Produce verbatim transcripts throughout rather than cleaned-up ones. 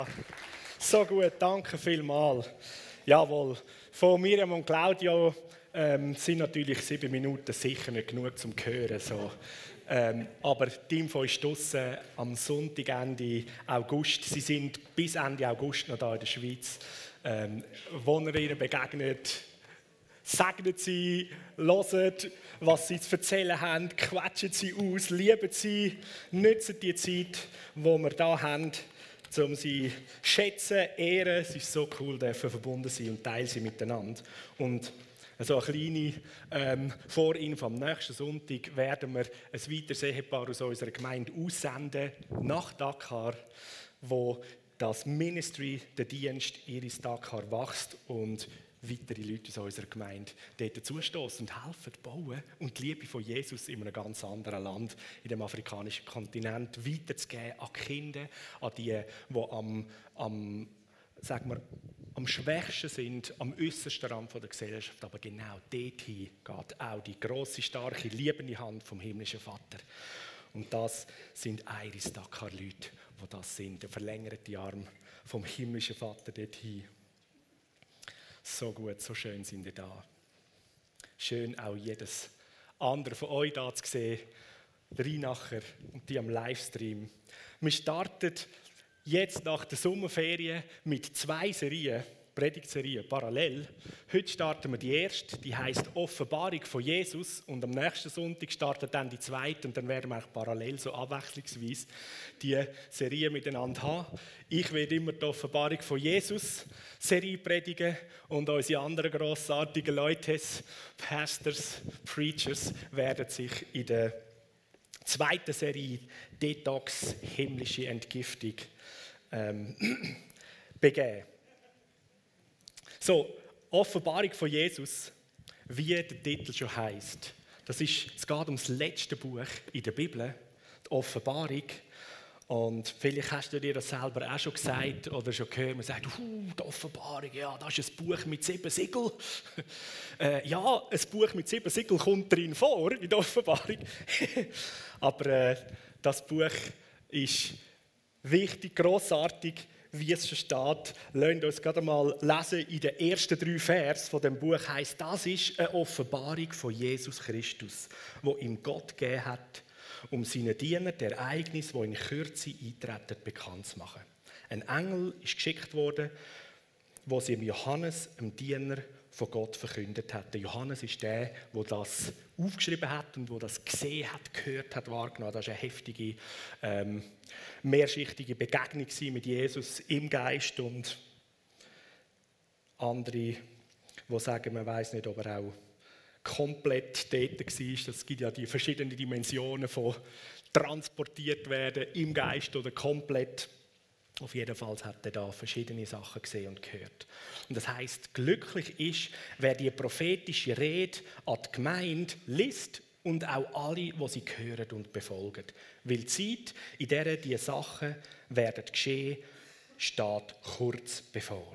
So gut, danke vielmals. Jawohl, von Miriam und Claudio ähm, sind natürlich sieben Minuten sicher nicht genug zum Hören. So. Ähm, aber die Info ist draussen am Sonntag, Ende August. Sie sind bis Ende August noch hier in der Schweiz. Ähm, wo ihr ihnen begegnet, segnet sie, hört, was sie zu erzählen haben, quetschen sie aus, lieben sie, nutzen die Zeit, die wir hier haben, um sie zu schätzen, ehren. Es ist so cool, dürfen verbunden sein und Teil sein miteinander. Und so eine kleine ähm, Vorinfo. Am nächsten Sonntag werden wir ein weiteres Ehepaar aus unserer Gemeinde aussenden nach Dakar, wo das Ministry, der Dienst ihres Dakar wächst und weitere Leute aus unserer Gemeinde dort dazustoßen und helfen bauen und die Liebe von Jesus in einem ganz anderen Land, in dem afrikanischen Kontinent, weiterzugeben an die Kinder, an die, die am, am, sagen wir, am schwächsten sind, am äußersten Rand der Gesellschaft. Aber genau dorthin geht auch die grosse, starke, liebende Hand vom himmlischen Vater. Und das sind Iris Dakar-Leute, die das sind, der verlängerte Arm vom himmlischen Vater dorthin. So gut, so schön sind ihr da. Schön auch jedes andere von euch da zu sehen, drei nachher und die am Livestream. Wir starten jetzt nach der Sommerferien mit zwei Serien, Predigtserien parallel. Heute starten wir die erste, die heisst Offenbarung von Jesus, und am nächsten Sonntag startet dann die zweite und dann werden wir auch parallel so abwechslungsweise die Serie miteinander haben. Ich werde immer die Offenbarung von Jesus Serie predigen und unsere anderen grossartigen Leute, Pastors, Preachers, werden sich in der zweiten Serie Detox, himmlische Entgiftung ähm, begeben. So, Offenbarung von Jesus, wie der Titel schon heisst. Das ist, es geht um das letzte Buch in der Bibel, die Offenbarung. Und vielleicht hast du dir das selber auch schon gesagt oder schon gehört. Man sagt, uh, die Offenbarung, ja, das ist ein Buch mit sieben Siegeln. äh, ja, ein Buch mit sieben Siegeln kommt drin vor, in der Offenbarung. Aber äh, das Buch ist wichtig, grossartig, wie es schon steht. Lasst uns gerade mal lesen in den ersten drei Vers von dem Buch. Heisst, das ist eine Offenbarung von Jesus Christus, wo ihm Gott gegeben hat, um seinen Dienern die Ereignisse, die in Kürze eintreten, bekannt zu machen. Ein Engel ist geschickt worden, wo sie Johannes, dem Diener von Gott, verkündet hat. Der Johannes ist der, der das aufgeschrieben hat und der das gesehen hat, gehört hat, wahrgenommen. Das war eine heftige, ähm, mehrschichtige Begegnung mit Jesus im Geist, und andere, die sagen, man weiß nicht, ob er auch komplett dort war. Es gibt ja die verschiedenen Dimensionen von transportiert werden im Geist oder komplett. Auf jeden Fall hat er da verschiedene Sachen gesehen und gehört. Und das heisst, glücklich ist, wer die prophetische Rede an die Gemeinde liest und auch alle, die sie hören und befolgen. Weil die Zeit, in der diese Sachen werden geschehen, steht kurz bevor.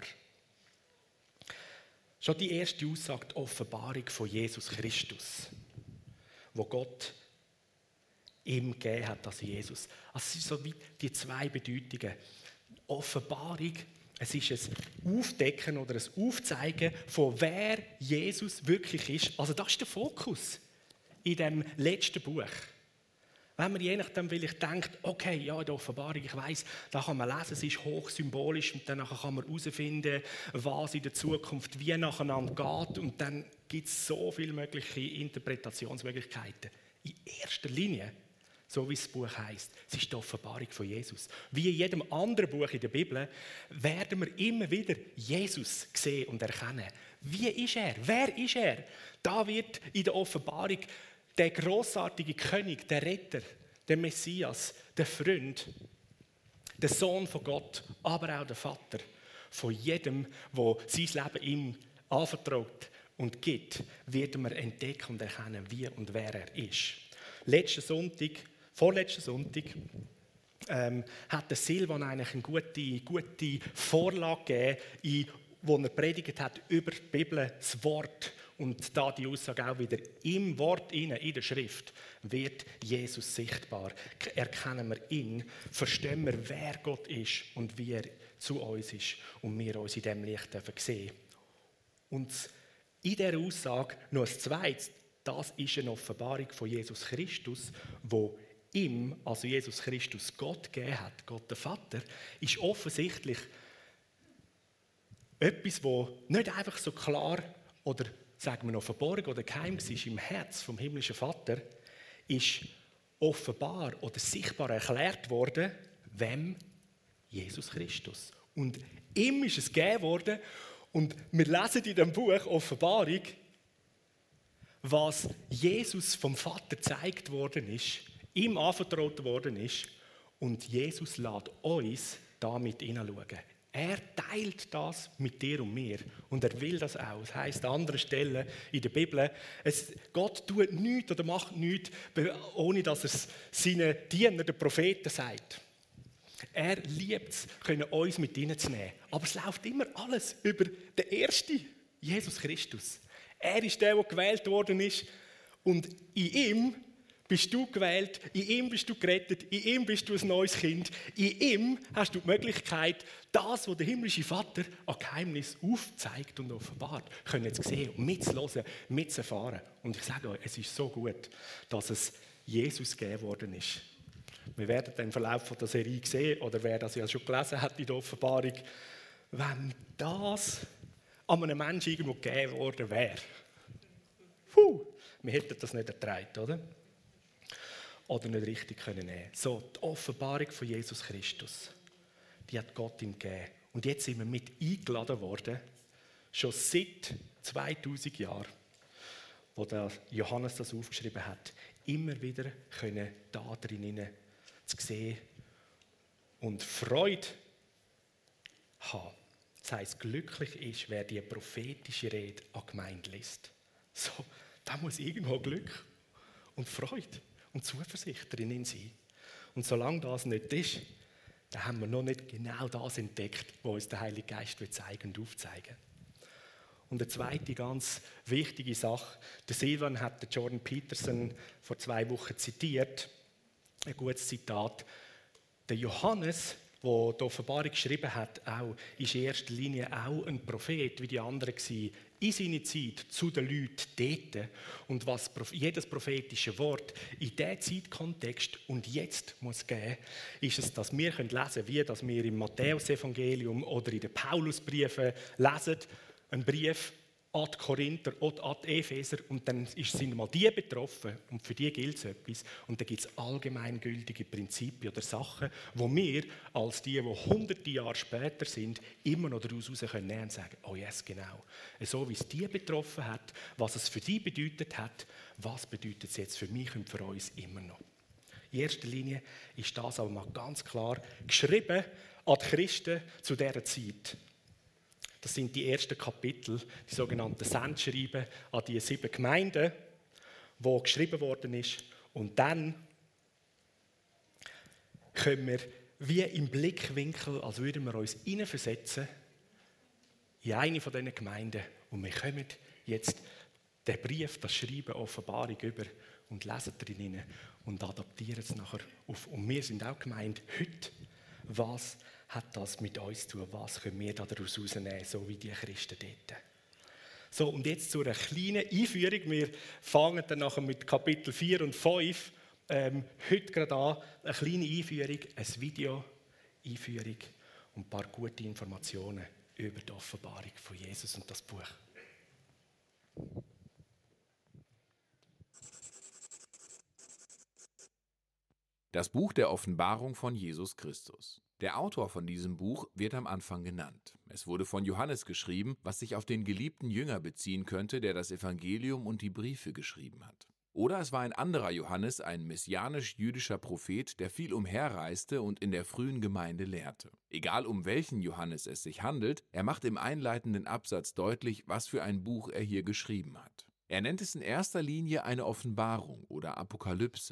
Schon die erste Aussage, die Offenbarung von Jesus Christus, wo Gott ihm gegeben hat als Jesus. Also es sind so wie die zwei Bedeutungen. Offenbarung, es ist ein Aufdecken oder ein Aufzeigen von wer Jesus wirklich ist. Also das ist der Fokus in dem letzten Buch. Wenn man je nachdem vielleicht denkt, okay, ja, in der Offenbarung, ich weiss, da kann man lesen, es ist hochsymbolisch und dann kann man herausfinden, was in der Zukunft wie nacheinander geht, und dann gibt es so viele mögliche Interpretationsmöglichkeiten. In erster Linie, so wie das Buch heisst, es ist die Offenbarung von Jesus. Wie in jedem anderen Buch in der Bibel werden wir immer wieder Jesus sehen und erkennen. Wie ist er? Wer ist er? Da wird in der Offenbarung der grossartige König, der Retter, der Messias, der Freund, der Sohn von Gott, aber auch der Vater von jedem, der sein Leben ihm anvertraut und gibt, wird man entdecken und erkennen, wie und wer er ist. Letzten Sonntag, vorletzten Sonntag, ähm, hat der Silvan eigentlich eine gute, gute Vorlage gegeben, in, wo er predigt hat über die Bibel, das Wort. Und da die Aussage auch wieder im Wort, in der Schrift, wird Jesus sichtbar. Erkennen wir ihn, verstehen wir, wer Gott ist und wie er zu uns ist und wir uns in diesem Licht sehen dürfen. Und in dieser Aussage noch ein zweites, das ist eine Offenbarung von Jesus Christus, wo ihm, also Jesus Christus, Gott gegeben hat, Gott der Vater, ist offensichtlich etwas, das nicht einfach so klar oder sagen wir noch verborgen oder geheim ist im Herz vom himmlischen Vater, ist offenbar oder sichtbar erklärt worden, wem? Jesus Christus. Und ihm ist es gegeben worden und wir lesen in dem Buch Offenbarung, was Jesus vom Vater gezeigt worden ist, ihm anvertraut worden ist und Jesus lässt uns damit hineinschauen. Er teilt das mit dir und mir und er will das auch. Das heisst an anderen Stellen in der Bibel, es, Gott tut nichts oder macht nichts, ohne dass er es seinen Dienern, den Propheten, sagt. Er liebt es, uns mit hineinzunehmen. Aber es läuft immer alles über den Ersten, Jesus Christus. Er ist der, der gewählt worden ist und in ihm bist du gewählt, in ihm bist du gerettet, in ihm bist du ein neues Kind, in ihm hast du die Möglichkeit, das, was der himmlische Vater an Geheimnis aufzeigt und offenbart, können zu sehen und mitzuhören, mitzuerfahren. Und ich sage euch, es ist so gut, dass es Jesus gegeben worden ist. Wir werden dann im Verlauf der Serie sehen, oder wer das ja schon gelesen hat in der Offenbarung, wenn das an einem Menschen irgendwo gegeben worden wäre. Puh, wir hätten das nicht ertragen, oder? Oder nicht richtig können nehmen. So, die Offenbarung von Jesus Christus, die hat Gott ihm gegeben. Und jetzt sind wir mit eingeladen worden, schon seit zweitausend Jahren, wo der Johannes das aufgeschrieben hat, immer wieder können da drinnen zu sehen und Freude haben. Das heisst, glücklich ist, wer die prophetische Rede an die Gemeinde liest. So, da muss irgendwo Glück und Freude und Zuversicht drinnen sein. Und solange das nicht ist, dann haben wir noch nicht genau das entdeckt, was uns der Heilige Geist zeigen und aufzeigen. Und eine zweite ganz wichtige Sache, der Silvan hat den Jordan Peterson vor zwei Wochen zitiert, ein gutes Zitat. Der Johannes, der die Offenbarung geschrieben hat, auch, ist in erster Linie auch ein Prophet, wie die anderen waren, in seiner Zeit zu den Leuten dort. Und was jedes prophetische Wort in diesem Zeitkontext und jetzt muss geben, ist es, dass wir lesen können, wie dass wir im Matthäus-Evangelium oder in den Paulusbriefen lesen, ein Brief an die Korinther oder an die Epheser und dann sind mal die betroffen und für die gilt es etwas und dann gibt es allgemeingültige Prinzipien oder Sachen, wo wir als die, die hunderte Jahre später sind, immer noch daraus heraus können nehmen und sagen, oh yes, genau. So wie es die betroffen hat, was es für die bedeutet hat, was bedeutet es jetzt für mich und für uns immer noch. In erster Linie ist das aber mal ganz klar geschrieben an die Christen zu dieser Zeit. Das sind die ersten Kapitel, die sogenannten Sendschreiben an die sieben Gemeinden, wo geschrieben worden ist. Und dann können wir wie im Blickwinkel, als würden wir uns hineinversetzen in eine von diesen Gemeinden. Und wir kommen jetzt den Brief, das Schreiben, Offenbarung über und lesen drin und adaptieren es nachher auf. Und wir sind auch gemeint, heute, was hat das mit uns zu tun? Was können wir daraus herausnehmen, so wie die Christen dort? So, und jetzt zu einer kleinen Einführung. Wir fangen dann nachher mit Kapitel vier und fünf ähm, heute gerade an. Eine kleine Einführung, ein Video, Einführung und ein paar gute Informationen über die Offenbarung von Jesus und das Buch. Das Buch der Offenbarung von Jesus Christus. Der Autor von diesem Buch wird am Anfang genannt. Es wurde von Johannes geschrieben, was sich auf den geliebten Jünger beziehen könnte, der das Evangelium und die Briefe geschrieben hat. Oder es war ein anderer Johannes, ein messianisch-jüdischer Prophet, der viel umherreiste und in der frühen Gemeinde lehrte. Egal um welchen Johannes es sich handelt, er macht im einleitenden Absatz deutlich, was für ein Buch er hier geschrieben hat. Er nennt es in erster Linie eine Offenbarung oder Apokalypse.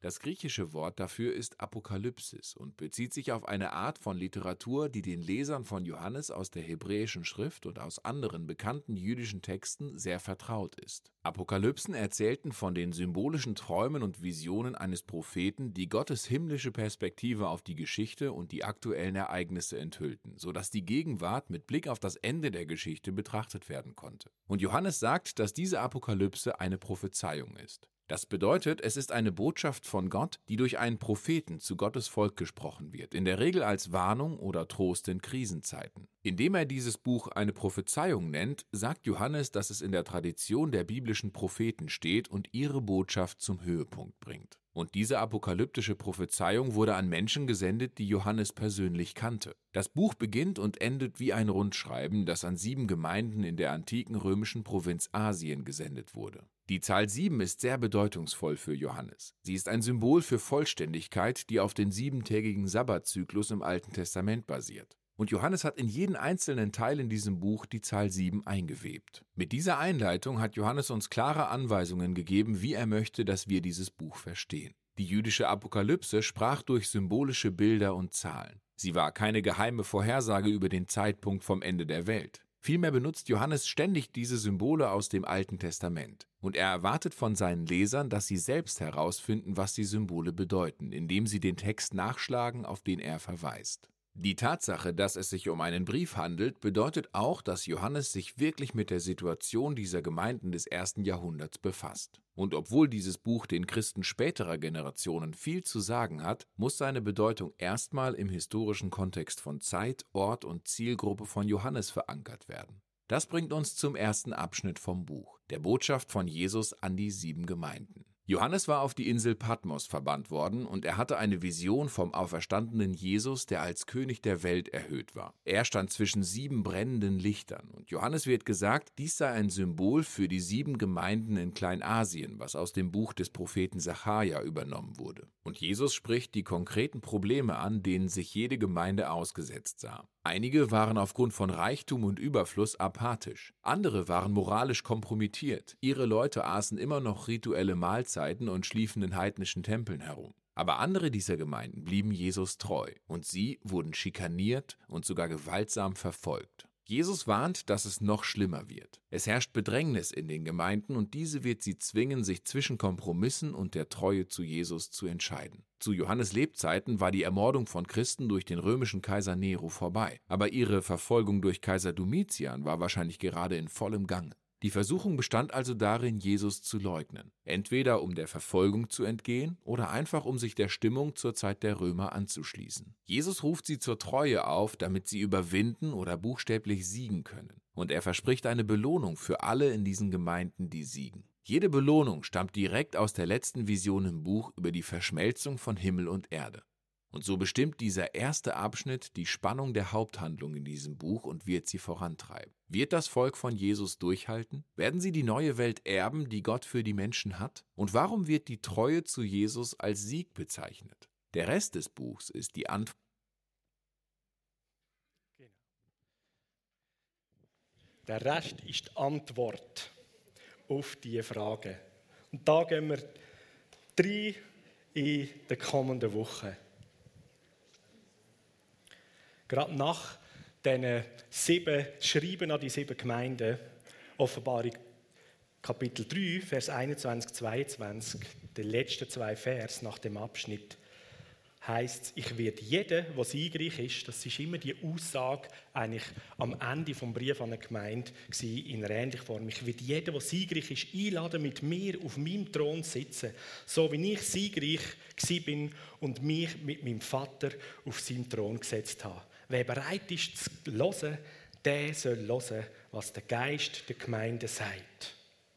Das griechische Wort dafür ist Apokalypsis und bezieht sich auf eine Art von Literatur, die den Lesern von Johannes aus der hebräischen Schrift und aus anderen bekannten jüdischen Texten sehr vertraut ist. Apokalypsen erzählten von den symbolischen Träumen und Visionen eines Propheten, die Gottes himmlische Perspektive auf die Geschichte und die aktuellen Ereignisse enthüllten, sodass die Gegenwart mit Blick auf das Ende der Geschichte betrachtet werden konnte. Und Johannes sagt, dass diese Apokalypse eine Prophezeiung ist. Das bedeutet, es ist eine Botschaft von Gott, die durch einen Propheten zu Gottes Volk gesprochen wird, in der Regel als Warnung oder Trost in Krisenzeiten. Indem er dieses Buch eine Prophezeiung nennt, sagt Johannes, dass es in der Tradition der biblischen Propheten steht und ihre Botschaft zum Höhepunkt bringt. Und diese apokalyptische Prophezeiung wurde an Menschen gesendet, die Johannes persönlich kannte. Das Buch beginnt und endet wie ein Rundschreiben, das an sieben Gemeinden in der antiken römischen Provinz Asien gesendet wurde. Die Zahl sieben ist sehr bedeutungsvoll für Johannes. Sie ist ein Symbol für Vollständigkeit, die auf den siebentägigen Sabbatzyklus im Alten Testament basiert. Und Johannes hat in jeden einzelnen Teil in diesem Buch die Zahl sieben eingewebt. Mit dieser Einleitung hat Johannes uns klare Anweisungen gegeben, wie er möchte, dass wir dieses Buch verstehen. Die jüdische Apokalypse sprach durch symbolische Bilder und Zahlen. Sie war keine geheime Vorhersage über den Zeitpunkt vom Ende der Welt. Vielmehr benutzt Johannes ständig diese Symbole aus dem Alten Testament. Und er erwartet von seinen Lesern, dass sie selbst herausfinden, was die Symbole bedeuten, indem sie den Text nachschlagen, auf den er verweist. Die Tatsache, dass es sich um einen Brief handelt, bedeutet auch, dass Johannes sich wirklich mit der Situation dieser Gemeinden des ersten Jahrhunderts befasst. Und obwohl dieses Buch den Christen späterer Generationen viel zu sagen hat, muss seine Bedeutung erstmal im historischen Kontext von Zeit, Ort und Zielgruppe von Johannes verankert werden. Das bringt uns zum ersten Abschnitt vom Buch, der Botschaft von Jesus an die sieben Gemeinden. Johannes war auf die Insel Patmos verbannt worden und er hatte eine Vision vom auferstandenen Jesus, der als König der Welt erhöht war. Er stand zwischen sieben brennenden Lichtern und Johannes wird gesagt, dies sei ein Symbol für die sieben Gemeinden in Kleinasien, was aus dem Buch des Propheten Sacharja übernommen wurde. Und Jesus spricht die konkreten Probleme an, denen sich jede Gemeinde ausgesetzt sah. Einige waren aufgrund von Reichtum und Überfluss apathisch. Andere waren moralisch kompromittiert. Ihre Leute aßen immer noch rituelle Mahlzeiten und schliefen in heidnischen Tempeln herum. Aber andere dieser Gemeinden blieben Jesus treu und sie wurden schikaniert und sogar gewaltsam verfolgt. Jesus warnt, dass es noch schlimmer wird. Es herrscht Bedrängnis in den Gemeinden und diese wird sie zwingen, sich zwischen Kompromissen und der Treue zu Jesus zu entscheiden. Zu Johannes Lebzeiten war die Ermordung von Christen durch den römischen Kaiser Nero vorbei, aber ihre Verfolgung durch Kaiser Domitian war wahrscheinlich gerade in vollem Gange. Die Versuchung bestand also darin, Jesus zu leugnen, entweder um der Verfolgung zu entgehen oder einfach um sich der Stimmung zur Zeit der Römer anzuschließen. Jesus ruft sie zur Treue auf, damit sie überwinden oder buchstäblich siegen können. Und er verspricht eine Belohnung für alle in diesen Gemeinden, die siegen. Jede Belohnung stammt direkt aus der letzten Vision im Buch über die Verschmelzung von Himmel und Erde. Und so bestimmt dieser erste Abschnitt die Spannung der Haupthandlung in diesem Buch und wird sie vorantreiben. Wird das Volk von Jesus durchhalten? Werden sie die neue Welt erben, die Gott für die Menschen hat? Und warum wird die Treue zu Jesus als Sieg bezeichnet? Der Rest des Buchs ist die Antwort. Genau. Der Rest ist die Antwort auf diese Frage. Und da gehen wir rein in den kommenden Wochen. Gerade nach diesen sieben Schreiben an die sieben Gemeinden, Offenbarung Kapitel drei, Vers einundzwanzig, zweiundzwanzig, die letzten zwei Vers nach dem Abschnitt, heisst es, ich werde jeden, der siegreich ist, das ist immer die Aussage eigentlich am Ende des Briefs an eine Gemeinde in einer ähnlichen Form, ich werde jeden, der siegreich ist, einladen, mit mir auf meinem Thron zu sitzen, so wie ich siegreich war und mich mit meinem Vater auf seinen Thron gesetzt habe. Wer bereit ist zu hören, der soll hören, was der Geist der Gemeinde sagt.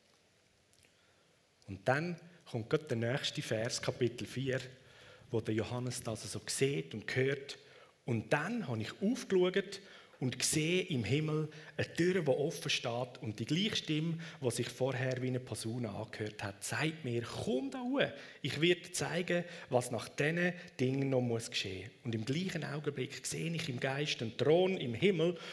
Und dann kommt gerade der nächste Vers, Kapitel vier, wo der Johannes das so sieht und hört. Und dann habe ich aufgeschaut und sehe im Himmel eine Tür, die offen steht. Und die gleiche Stimme, die sich vorher wie eine Posaune angehört hat, sagt mir, komm da hoch, ich werde dir zeigen, was nach diesen Dingen noch muss geschehen. Und im gleichen Augenblick sehe ich im Geist einen Thron im Himmel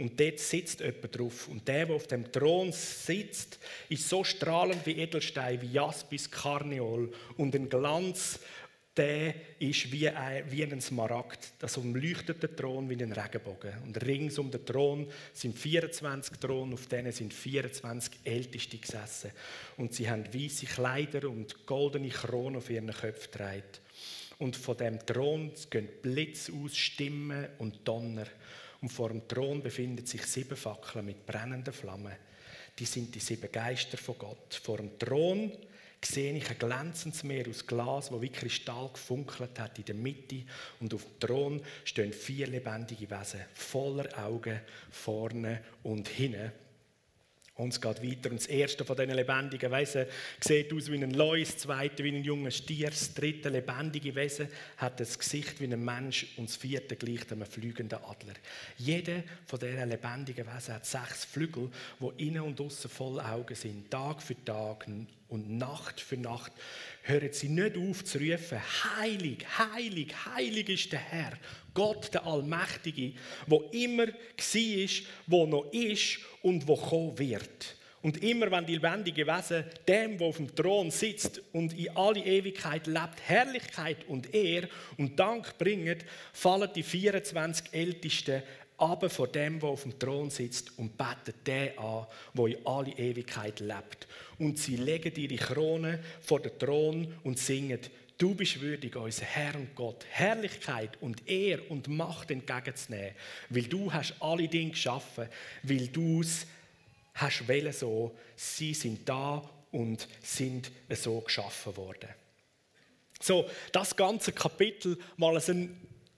und dort sitzt jemand drauf. Und der, der auf dem Thron sitzt, ist so strahlend wie Edelstein, wie Jaspis, Karneol und ein Glanz, der ist wie ein, wie ein Smaragd. Das umleuchtet den Thron wie ein Regenbogen. Und rings um den Thron sind vierundzwanzig Thronen, auf denen sind vierundzwanzig Älteste gesessen. Und sie haben weiße Kleider und goldene Kronen auf ihren Köpfen getragen. Und von dem Thron gehen Blitz aus, Stimmen und Donner. Und vor dem Thron befinden sich sieben Fackeln mit brennenden Flammen. Die sind die sieben Geister von Gott. Vor dem Thron sehe ich ein glänzendes Meer aus Glas, das wie Kristall gefunkelt hat in der Mitte. Und auf dem Thron stehen vier lebendige Wesen, voller Augen, vorne und hinten. Und es geht weiter. Und das erste von diesen lebendigen Wesen sieht aus wie ein Leu, das zweite wie ein junger Stier, das dritte lebendige Wesen hat das Gesicht wie ein Mensch und das vierte gleicht einem fliegenden Adler. Jeder von diesen lebendigen Wesen hat sechs Flügel, die innen und außen voll Augen sind. Tag für Tag und Nacht für Nacht hören sie nicht auf zu rufen: Heilig, heilig, heilig ist der Herr, Gott, der Allmächtige, der immer war, der noch ist und der kommen wird. Und immer wenn die lebendigen Wesen dem, der auf dem Thron sitzt und in alle Ewigkeit lebt, Herrlichkeit und Ehre und Dank bringen, fallen die vierundzwanzig Ältesten aber vor dem, der auf dem Thron sitzt, und beten den an, der in alle Ewigkeit lebt. Und sie legen ihre Krone vor den Thron und singen: Du bist würdig, unser Herr und Gott, Herrlichkeit und Ehre und Macht entgegenzunehmen, weil du hast alle Dinge geschaffen, weil du es hast wollen so. Sie sind da und sind so geschaffen worden. So, das ganze Kapitel mal ein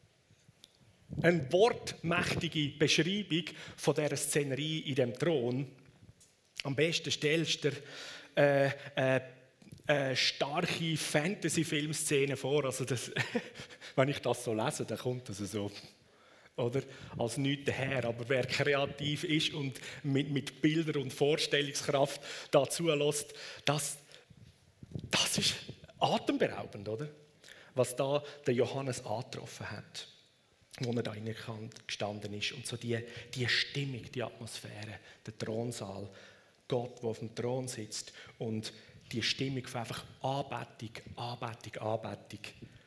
Eine wortmächtige Beschreibung von dieser Szenerie in dem Thron. Am besten stellst du dir äh, äh, eine starke Fantasy-Filmszene vor. Also das, wenn ich das so lese, dann kommt das so, oder? Als nichts daher. Aber wer kreativ ist und mit, mit Bildern und Vorstellungskraft dazu lässt, das, das ist atemberaubend, oder? Was da der Johannes angetroffen hat, wo er da gestanden ist. Und so die, die Stimmung, die Atmosphäre, der Thronsaal, Gott, der auf dem Thron sitzt, und die Stimmung von einfach Anbetung, Anbetung, Anbetung.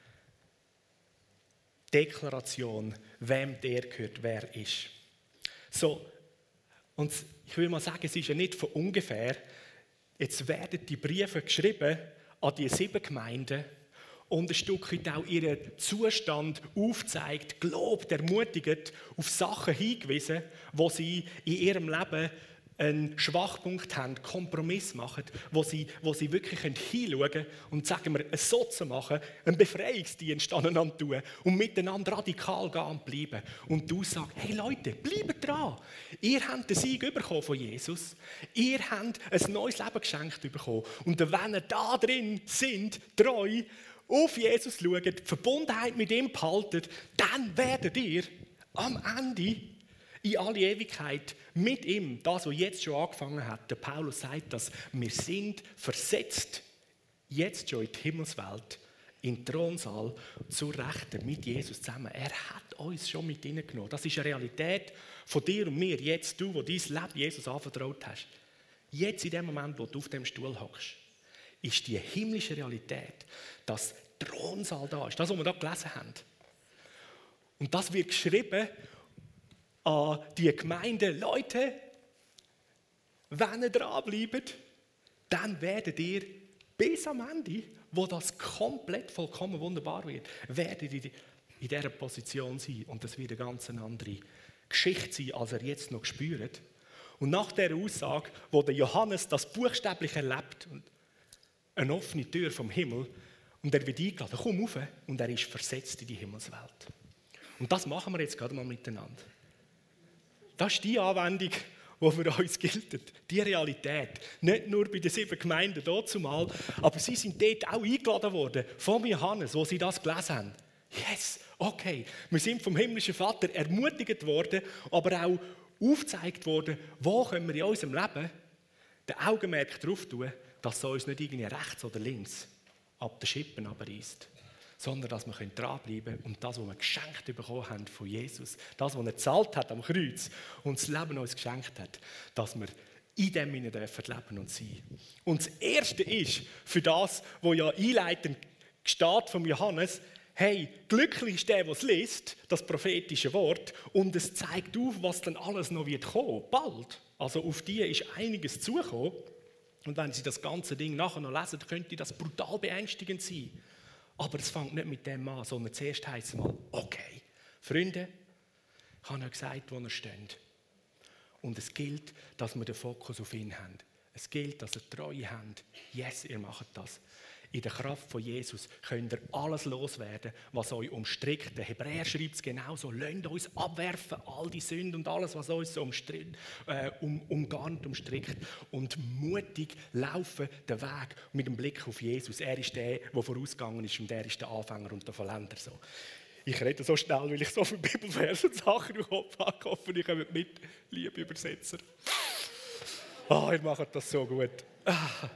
Deklaration, wem der gehört, wer ist. So, und ich will mal sagen, es ist ja nicht von ungefähr. Jetzt werden die Briefe geschrieben an die sieben Gemeinden, und ein Stück weit auch ihren Zustand aufzeigt, gelobt, ermutigt, auf Sachen hingewiesen, wo sie in ihrem Leben einen Schwachpunkt haben, Kompromiss machen, wo sie, wo sie wirklich hinschauen können und, sagen wir, ein Sozen machen, einen Befreiungsdienst aneinander tun und miteinander radikal gehen und bleiben. Und du sagst: Hey Leute, bleibt dran. Ihr habt den Sieg bekommen von Jesus. Ihr habt ein neues Leben geschenkt bekommen. Und wenn ihr da drin sind, treu, auf Jesus schaut, die Verbundenheit mit ihm behaltet, dann werdet ihr am Ende in alle Ewigkeit mit ihm, das, was jetzt schon angefangen hat. Der Paulus sagt, dass wir sind versetzt, jetzt schon in die Himmelswelt, in den Thronsaal, zur Rechten mit Jesus zusammen. Er hat uns schon mit hineingenommen. Das ist eine Realität von dir und mir, jetzt du, wo dein Leben Jesus anvertraut hast. Jetzt in dem Moment, wo du auf dem Stuhl hockst, ist die himmlische Realität, dass der Thronsaal da ist. Das, was wir da gelesen haben. Und das wird geschrieben an die Gemeinde: Leute, wenn ihr dranbleibt, dann werdet ihr bis am Ende, wo das komplett vollkommen wunderbar wird, werdet ihr in dieser Position sein. Und das wird eine ganz andere Geschichte sein, als ihr jetzt noch spürt. Und nach dieser Aussage, wo der Johannes das buchstäblich erlebt, eine offene Tür vom Himmel, und er wird eingeladen: Komm rauf, und er ist versetzt in die Himmelswelt. Und das machen wir jetzt gerade mal miteinander. Das ist die Anwendung, die für uns gilt, die Realität. Nicht nur bei den sieben Gemeinden dazumal, aber sie sind dort auch eingeladen worden von Johannes, wo sie das gelesen haben. Yes, okay, wir sind vom himmlischen Vater ermutigt worden, aber auch aufgezeigt worden, wo können wir in unserem Leben den Augenmerk drauf tun, dass es uns nicht irgendwie rechts oder links ab den Schippen abreißt, sondern dass wir dranbleiben können und das, was wir geschenkt bekommen haben von Jesus, das, was er gezahlt hat am Kreuz und das Leben uns geschenkt hat, dass wir in dem hinein dürfen leben und sein. Und das Erste ist, für das, was ja einleitend steht von Johannes, hey, glücklich ist der, der es liest, das prophetische Wort, und es zeigt auf, was dann alles noch wird kommen, bald. Also auf die ist einiges zugekommen. Und wenn Sie das ganze Ding nachher noch lesen, könnte das brutal beängstigend sein. Aber es fängt nicht mit dem an, sondern zuerst heisst es mal, okay, Freunde, ich habe ja gesagt, wo ihr steht. Und es gilt, dass wir den Fokus auf ihn haben. Es gilt, dass ihr Treue habt. Yes, ihr macht das. In der Kraft von Jesus könnt ihr alles loswerden, was euch umstrickt. Der Hebräer schreibt es genauso. Lasst uns abwerfen, all die Sünden und alles, was uns so äh, um, umgarnt, umstrickt. Und mutig laufen den Weg mit dem Blick auf Jesus. Er ist der, der vorausgegangen ist, und er ist der Anfänger und der Vollender. So. Ich rede so schnell, weil ich so viele Bibelverse und Sachen im Kopf habe. Ich hoffe, ihr kommt mit, liebe Übersetzer. Ah, oh, ihr macht das so gut. Ah.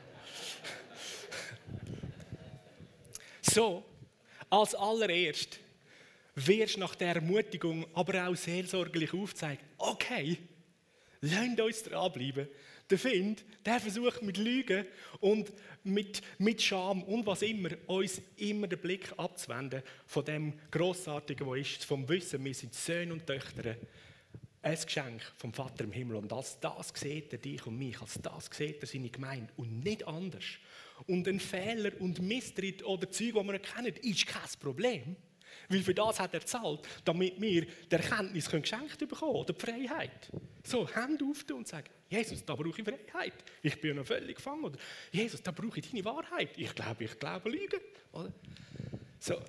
So, als allererst wirst du nach der Ermutigung aber auch seelsorglich aufgezeigt, okay, lasst uns dranbleiben. Der Find, der versucht mit Lügen und mit, mit Scham und was immer, uns immer den Blick abzuwenden von dem Grossartigen, was ist, vom Wissen, wir sind Söhne und Töchter. Ein Geschenk vom Vater im Himmel. Und als das sieht er dich und mich, als das sieht er seine Gemeinde und nicht anders. Und ein Fehler und Misstritt oder Zeug, die wir kennen, ist kein Problem. Weil für das hat er gezahlt, damit wir die Erkenntnis geschenkt bekommen oder die Freiheit. So, Hände auf und sagen, Jesus, da brauche ich Freiheit. Ich bin noch völlig gefangen. Oder Jesus, da brauche ich deine Wahrheit. Ich glaube, ich glaube Lügen. Oder? So.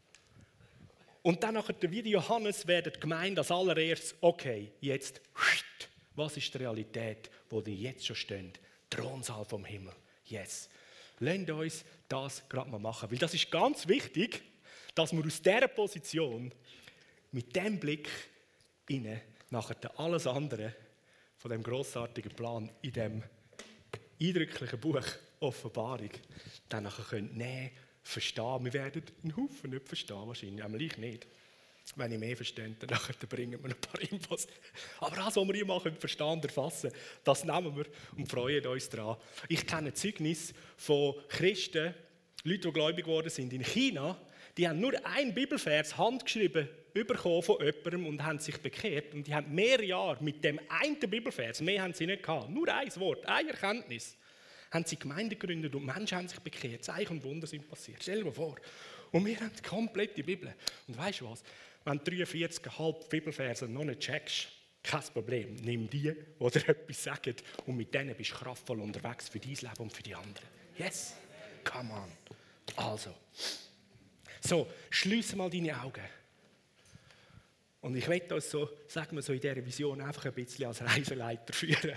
Und dann nachher, wie Johannes, werden die Gemeinde als allererstes, okay, jetzt, was ist die Realität, wo die jetzt schon stehen? Thronsaal vom Himmel. Yes. Lasst uns das gerade mal machen. Weil das ist ganz wichtig, dass wir aus dieser Position, mit diesem Blick, rein, nachher alles andere von dem grossartigen Plan in dem eindrücklichen Buch Offenbarung, dann nachher können nehmen, verstehen. Wir werden einen Haufen nicht verstehen, wahrscheinlich, aber ich nicht. Wenn ich mehr verstehe, dann bringen wir ein paar Infos. Aber das, was wir hier machen, verstehen und erfassen, das nehmen wir und freuen uns daran. Ich kenne Zeugnis von Christen, Leute, die gläubig geworden sind in China, die haben nur einen Bibelvers handgeschrieben bekommen von jemandem und haben sich bekehrt. Und die haben mehrere Jahre mit dem einen Bibelvers, mehr haben sie nicht gehabt, nur ein Wort, eine Erkenntnis, haben sie Gemeinden gegründet und Menschen haben sich bekehrt. Zeichen und Wunder sind passiert. Stell dir mal vor. Und wir haben die komplette Bibel. Und weißt du was? Wenn du dreiundvierzig Komma fünf Bibelverse noch nicht checkst, kein Problem. Nimm die, die dir etwas sagen, und mit denen bist du kraftvoll unterwegs für dein Leben und für die anderen. Yes, come on. Also, so, schließe mal deine Augen. Und ich möchte uns so, sagen wir so, in dieser Vision einfach ein bisschen als Reiseleiter führen.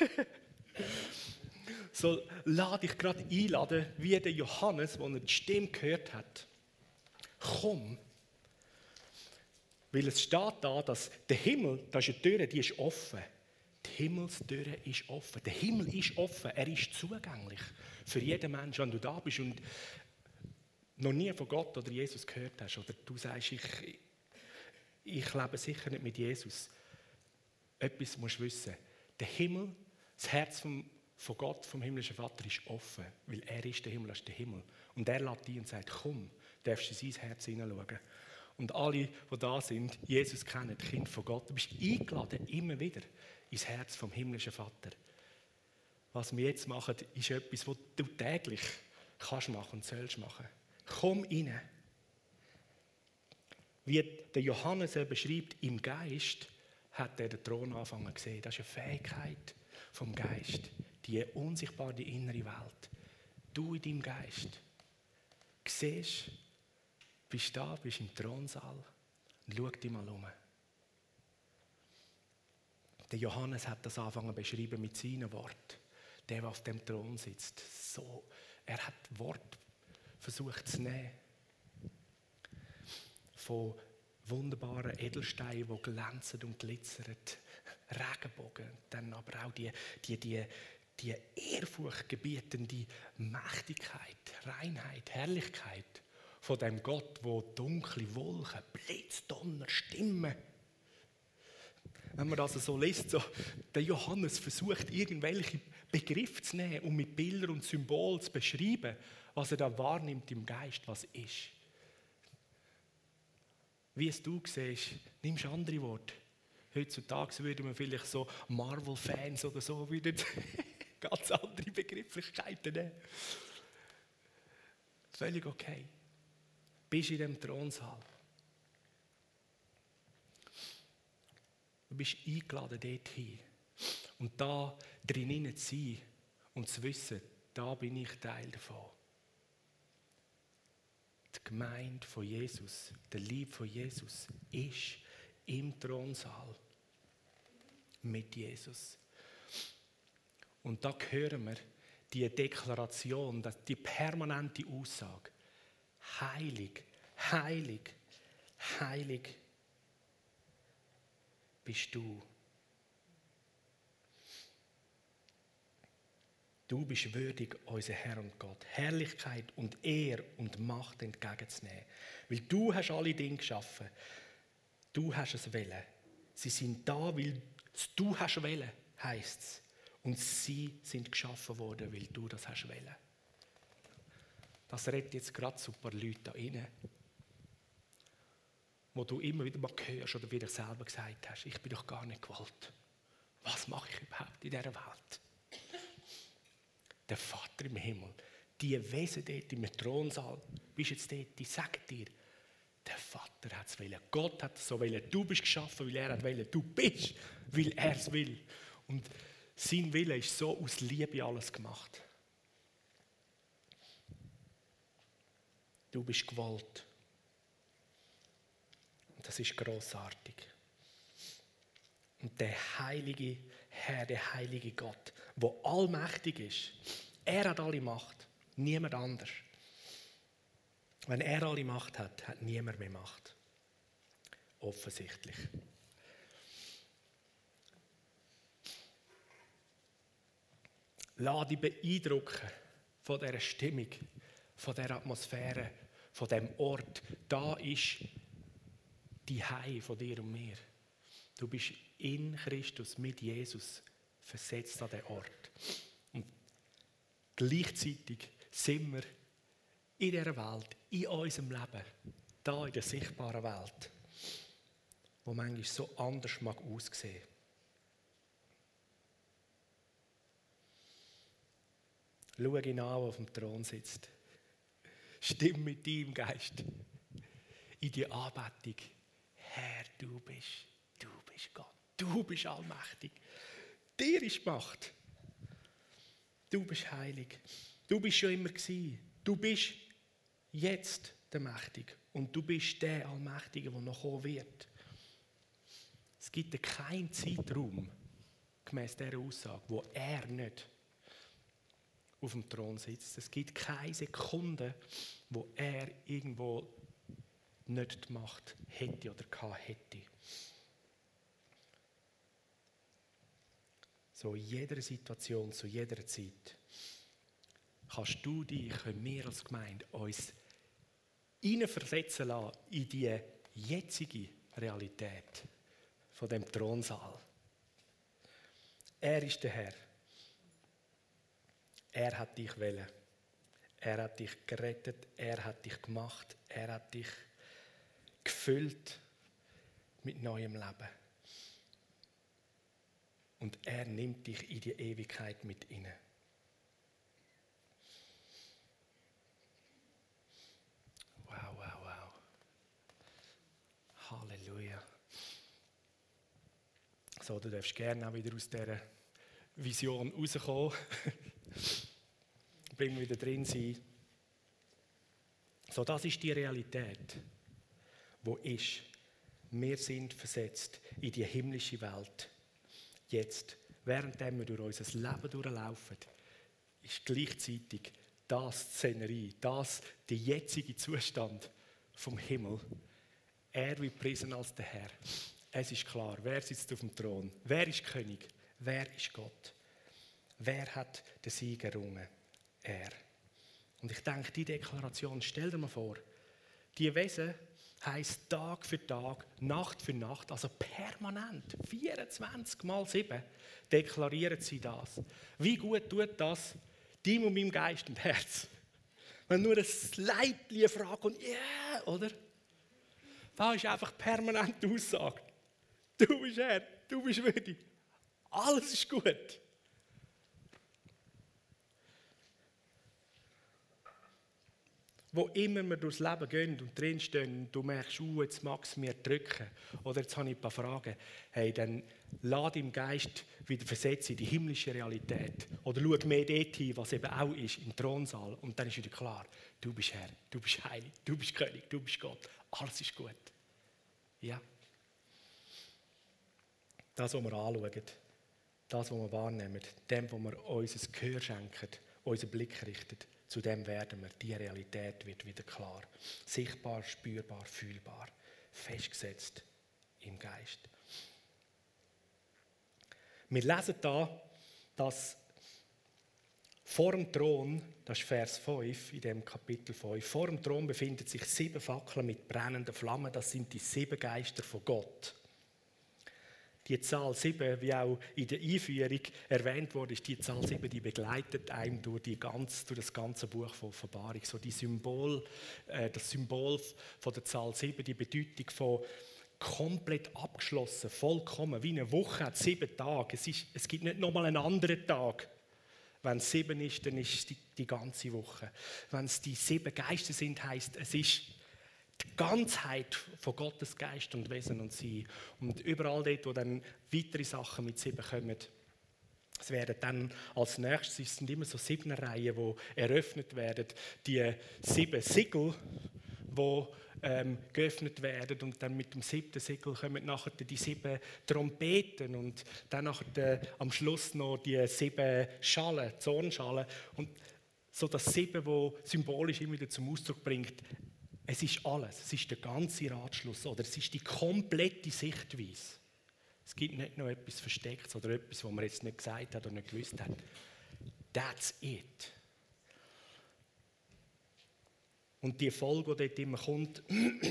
So, lass dich gerade einladen, wie der Johannes, als er die Stimme gehört hat. Komm. Weil es steht da, dass der Himmel, das ist eine Tür, die ist offen. Die Himmelstür ist offen. Der Himmel ist offen. Er ist zugänglich für jeden Menschen, wenn du da bist und noch nie von Gott oder Jesus gehört hast. Oder du sagst, ich, ich lebe sicher nicht mit Jesus. Etwas musst du wissen. Der Himmel, das Herz vom, von Gott, vom himmlischen Vater, ist offen. Weil er ist der Himmel, er ist der Himmel. Und er lädt dich und sagt, komm, darfst du in sein Herz hineinschauen. Und alle, die da sind, Jesus kennen, Kind von Gott, du bist eingeladen, immer wieder ins Herz vom himmlischen Vater. Was wir jetzt machen, ist etwas, was du täglich kannst machen und sollst machen. Komm rein. Wie der Johannes eben beschreibt, im Geist hat er den Thron angefangen zu sehen. Das ist eine Fähigkeit vom Geist, die unsichtbare, die innere Welt. Du in deinem Geist siehst, bist da, bist im Thronsaal und schau dich mal um. Der Johannes hat das angefangen beschrieben mit seinen Worten. Der, der auf dem Thron sitzt. So, er hat Wort versucht zu nehmen. Von wunderbaren Edelsteinen, die glänzen und glitzern. Regenbogen. Dann aber auch die, die, die, die ehrfurchtgebietende Mächtigkeit, Reinheit, Herrlichkeit von dem Gott, wo dunkle Wolken, Blitz, Donner, Stimmen. Wenn man das so liest, so, der Johannes versucht, irgendwelche Begriffe zu nehmen und mit Bildern und Symbolen zu beschreiben, was er da wahrnimmt im Geist, was ist. Wie es du siehst, nimmst du andere Worte. Heutzutage würden wir vielleicht so Marvel-Fans oder so wieder ganz andere Begrifflichkeiten nehmen. Völlig okay. Bist in dem Thronsaal. Du bist eingeladen dorthin. Und da drinnen zu sein und zu wissen, da bin ich Teil davon. Die Gemeinde von Jesus, der Liebe von Jesus, ist im Thronsaal mit Jesus. Und da hören wir die Deklaration, die permanente Aussage: Heilig, heilig, heilig bist du. Du bist würdig, unser Herr und Gott, Herrlichkeit und Ehre und Macht entgegenzunehmen. Weil du hast alle Dinge geschaffen. Du hast es wollen. Sie sind da, weil du hast wollen, heisst es. Und sie sind geschaffen worden, weil du das hast wollen. Das redet jetzt gerade so ein paar Leute da rein, wo du immer wieder mal hörst oder wieder selber gesagt hast, ich bin doch gar nicht gewollt. Was mache ich überhaupt in dieser Welt? Der Vater im Himmel, die Wesen dort im Thronsaal, bist jetzt dort, die sagen dir, der Vater hat es wollen. Gott hat es so wollen. Du bist geschaffen, weil er hat wollen. Du bist, weil er es will. Und sein Wille ist so aus Liebe alles gemacht. Du bist gewollt. Und das ist grossartig. Und der heilige Herr, der heilige Gott, der allmächtig ist, er hat alle Macht, niemand anders. Wenn er alle Macht hat, hat niemand mehr Macht. Offensichtlich. Lass dich beeindrucken von dieser Stimmung, von dieser Atmosphäre, von diesem Ort. Da ist die Heim von dir und mir. Du bist in Christus mit Jesus versetzt an den Ort. Und gleichzeitig sind wir in dieser Welt, in unserem Leben, da in der sichtbaren Welt, wo manchmal so anders mag aussehen. Schau ihn an, der auf dem Thron sitzt. Stimm mit deinem Geist in die Anbetung. Herr, du bist, du bist Gott. Du bist allmächtig. Dir ist die Macht. Du bist heilig. Du bist schon immer gewesen. Du bist jetzt der Mächtige. Und du bist der Allmächtige, der noch kommen wird. Es gibt keinen Zeitraum, gemäss dieser Aussage, wo er nicht auf dem Thron sitzt. Es gibt keine Sekunde, wo er irgendwo nicht die Macht hätte oder gehabt hätte. So in jeder Situation, zu jeder Zeit kannst du dich, können wir als Gemeinde uns hineinversetzen lassen in die jetzige Realität von dem Thronsaal. Er ist der Herr. Er hat dich wollen. Er hat dich gerettet. Er hat dich gemacht. Er hat dich gefüllt mit neuem Leben. Und er nimmt dich in die Ewigkeit mit inne. Wow, wow, wow. Halleluja. So, du darfst gerne auch wieder aus dieser Vision rauskommen. Bring wieder drin sein. So, das ist die Realität, wo ist. Wir sind versetzt in die himmlische Welt. Jetzt, während wir durch unser Leben durchlaufen, ist gleichzeitig das Szenerie, das der jetzige Zustand vom Himmel. Er wird gepriesen als der Herr. Es ist klar, wer sitzt auf dem Thron? Wer ist König? Wer ist Gott? Wer hat den Sieg errungen? Er. Und ich denke, die Deklaration, stell dir mal vor, Die Wesen heisst Tag für Tag, Nacht für Nacht, also permanent, vierundzwanzig mal sieben, deklarieren sie das. Wie gut tut das deinem und meinem Geist und Herz? Wenn nur ein Leitchen eine Frage kommt, ja, yeah, oder? Da ist einfach permanent die Aussage. Du bist Herr, du bist würdig. Alles ist gut. Wo immer wir durchs Leben gehen und drinstehen und du merkst, uh, jetzt mag es mir drücken oder jetzt habe ich ein paar Fragen, hey, dann lade im Geist wieder versetzen in die himmlische Realität oder schau mehr dort hin, was eben auch ist, im Thronsaal und dann ist wieder klar, du bist Herr, du bist Heilig, du bist König, du bist Gott, alles ist gut. Ja. Das, was wir anschauen, das, was wir wahrnehmen, dem, wo wir unser Gehör schenken, unseren Blick richten, zu dem werden wir. Die Realität wird wieder klar. Sichtbar, spürbar, fühlbar, festgesetzt im Geist. Wir lesen da, dass vor dem Thron, das ist Vers fünf in dem Kapitel fünf, vor dem Thron befinden sich sieben Fackeln mit brennenden Flammen. Das sind die sieben Geister von Gott. Die Zahl sieben, wie auch in der Einführung erwähnt wurde, ist die Zahl sieben, die begleitet einem durch, die ganz, durch das ganze Buch von Offenbarung. So die Symbol, äh, das Symbol von der Zahl sieben, die Bedeutung von komplett abgeschlossen, vollkommen, wie eine Woche hat sieben Tage. Es, ist, es gibt nicht nochmal einen anderen Tag. Wenn es sieben ist, dann ist es die, die ganze Woche. Wenn es die sieben Geister sind, heisst es ist die Ganzheit von Gottes Geist und Wesen und Sein. Und überall dort, wo dann weitere Sachen mit sieben kommen, es werden dann als nächstes, es sind immer so sieben Reihen, die eröffnet werden, die sieben Siegel, die ähm, geöffnet werden und dann mit dem siebten Siegel kommen nachher die sieben Trompeten und dann nachher die, am Schluss noch die sieben Schalen, Zornschalen und so das Sieben, wo symbolisch immer wieder zum Ausdruck bringt, es ist alles, es ist der ganze Ratschluss oder es ist die komplette Sichtweise. Es gibt nicht noch etwas Verstecktes oder etwas, was man jetzt nicht gesagt hat oder nicht gewusst hat. That's it. Und die Folge, die dort immer kommt,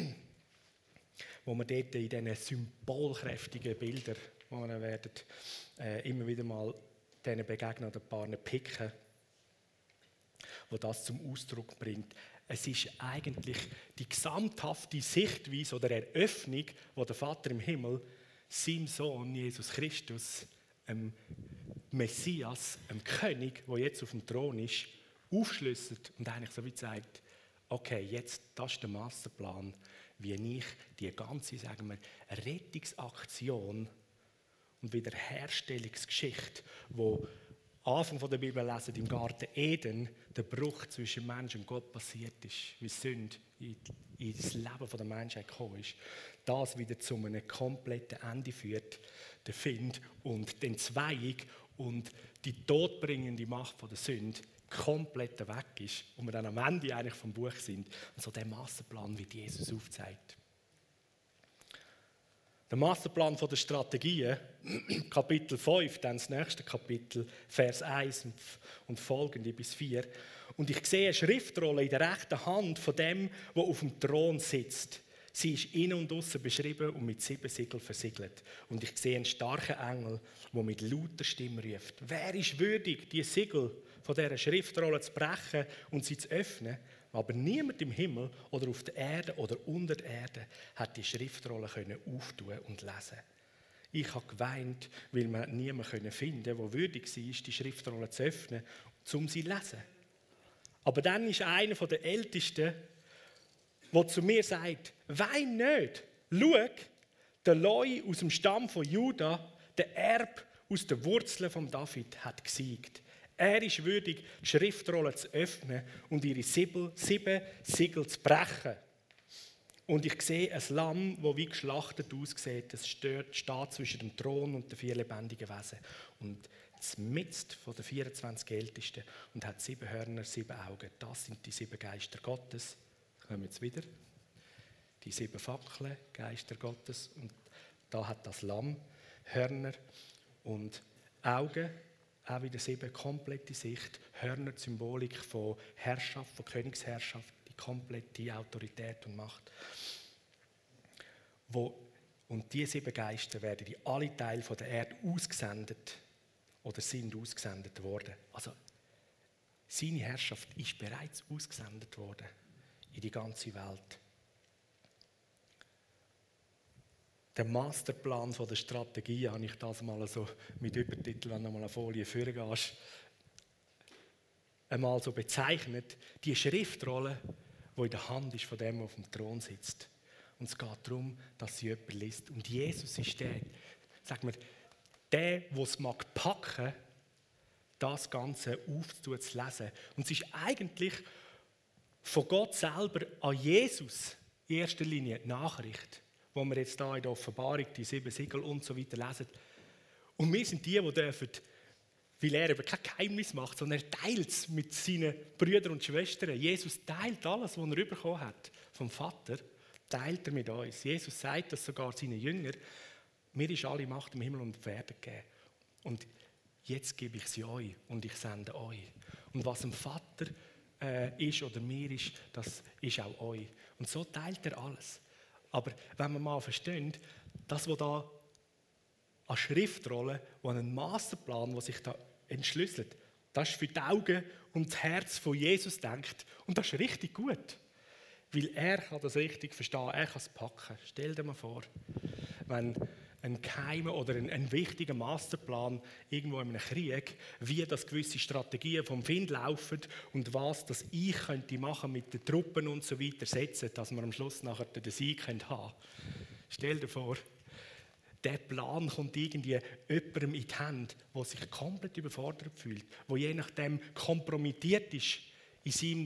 wo man dort in diesen symbolkräftigen Bildern, die man werden, äh, immer wieder mal denen begegnen oder ein paar picken, wo das zum Ausdruck bringt. Es ist eigentlich die gesamthafte Sichtweise oder Eröffnung, die der Vater im Himmel seinem Sohn Jesus Christus, dem Messias, dem König, der jetzt auf dem Thron ist, aufschlüsselt und eigentlich so wie sagt, okay, jetzt, das ist der Masterplan, wie ich die ganze, sagen wir, Rettungsaktion und Wiederherstellungsgeschichte, wo Anfang der Bibel lesen, im Garten Eden, der Bruch zwischen Mensch und Gott passiert ist, wie Sünde in, in das Leben der Menschheit gekommen ist, das wieder zu einem kompletten Ende führt, der Find und die Entzweiung und die todbringende Macht der Sünde komplett weg ist und wir dann am Ende eigentlich vom Buch sind und so der Masterplan, wie Jesus aufzeigt. Der Masterplan der Strategien, Kapitel fünf, dann das nächste Kapitel, Vers eins und folgende bis vier. Und ich sehe eine Schriftrolle in der rechten Hand von dem, der auf dem Thron sitzt. Sie ist innen und außen beschrieben und mit sieben Siegeln versiegelt. Und ich sehe einen starken Engel, der mit lauter Stimme ruft. Wer ist würdig, die Siegel von dieser Schriftrolle zu brechen und sie zu öffnen? Aber niemand im Himmel oder auf der Erde oder unter der Erde hat die Schriftrolle können auftun und lesen. Ich habe geweint, weil man niemanden finden konnte, der würdig war, die Schriftrolle zu öffnen, um sie zu lesen. Aber dann ist einer der Ältesten, der zu mir sagt, wein nicht, schau, der Leu aus dem Stamm von Juda, der Erb aus den Wurzeln von David, hat gesiegt. Er ist würdig, die Schriftrolle zu öffnen und ihre sieben, sieben Siegel zu brechen. Und ich sehe ein Lamm, das wie geschlachtet aussieht. Es steht zwischen dem Thron und den vier lebendigen Wesen. Und mitten von den vierundzwanzig Ältesten und hat sieben Hörner, sieben Augen. Das sind die sieben Geister Gottes. Kommen jetzt wieder. Die sieben Fackeln, Geister Gottes. Und da hat das Lamm Hörner und Augen. Auch wieder sieben, komplette Sicht, Hörner, Symbolik von Herrschaft, von Königsherrschaft, die die komplette Autorität und Macht. Wo, und diese sieben Geister werden in alle Teile der Erde ausgesendet oder sind ausgesendet worden. Also seine Herrschaft ist bereits ausgesendet worden in die ganze Welt. Der Masterplan von der Strategie habe ich das mal so mit Übertitel, wenn du mal eine Folie vorgehst, einmal so bezeichnet, die Schriftrolle, die in der Hand ist von dem, der auf dem Thron sitzt. Und es geht darum, dass sie jemand liest. Und Jesus ist der, sag mal, der, der es mag packen, das Ganze aufzutun, zu lesen. Und es ist eigentlich von Gott selber an Jesus in erster Linie die Nachricht, wo wir jetzt hier in der Offenbarung, die sieben Siegel und so weiter lesen. Und wir sind die, die dürfen, weil er eben kein Geheimnis macht, sondern er teilt es mit seinen Brüdern und Schwestern. Jesus teilt alles, was er bekommen hat vom Vater, teilt er mit uns. Jesus sagt das sogar seinen Jüngern. Mir ist alle Macht im Himmel und auf Erden gegeben. Und jetzt gebe ich sie euch und ich sende euch. Und was dem Vater äh, ist oder mir ist, das ist auch euch. Und so teilt er alles. Aber wenn wir mal verstehen, das, was da an Schriftrollen, an einen Masterplan, der sich da entschlüsselt, das ist für die Augen und das Herz von Jesus denkt. Und das ist richtig gut. Weil er kann das richtig verstehen, er kann es packen. Stell dir mal vor, wenn ein geheimer oder ein, ein wichtiger Masterplan irgendwo in einem Krieg, wie das gewisse Strategien vom Find laufen und was das ich könnte machen mit den Truppen und so weiter setzen, dass wir am Schluss nachher den Sieg haben können. Stell dir vor, der Plan kommt irgendwie jemandem in die Hände, der sich komplett überfordert fühlt, der je nachdem kompromittiert ist in seinem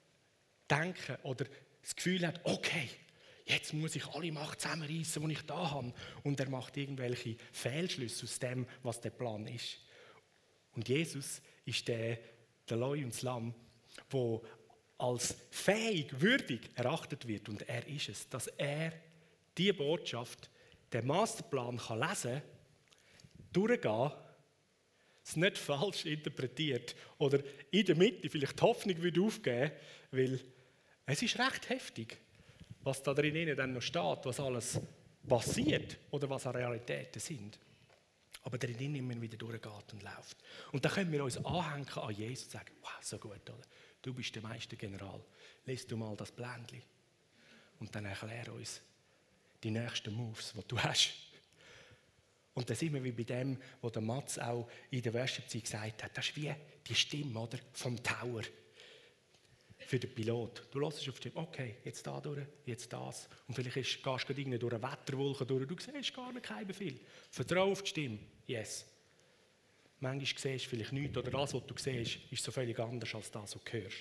Denken oder das Gefühl hat, okay, jetzt muss ich alle Macht zusammenreißen, die ich da habe. Und er macht irgendwelche Fehlschlüsse aus dem, was der Plan ist. Und Jesus ist der, der Leu und das Lamm, der als fähig, würdig erachtet wird. Und er ist es, dass er diese Botschaft, den Masterplan kann lesen, durchgehen, es nicht falsch interpretiert oder in der Mitte vielleicht die Hoffnung würde aufgeben, weil es ist recht heftig, was da drinnen dann noch steht, was alles passiert oder was an Realitäten sind. Aber drinnen immer wieder durchgeht und läuft. Und da können wir uns anhängen an Jesus und sagen, wow, so gut, oder? Du bist der Meistergeneral. Lies du mal das Bländchen. Und dann erklär uns die nächsten Moves, die du hast. Und dann sind wir wie bei dem, was der Mats auch in der Worship-Zeit gesagt hat. Das ist wie die Stimme, oder, vom Tower. Für den Pilot. Du hörst auf die Stimme, okay, jetzt da durch, jetzt das. Und vielleicht ist, gehst du gerade durch eine Wetterwolke durch, du siehst gar nicht keinen Befehl. Vertrau auf die Stimme, yes. Manchmal siehst du vielleicht nichts, oder das, was du siehst, ist so völlig anders als das, was du hörst.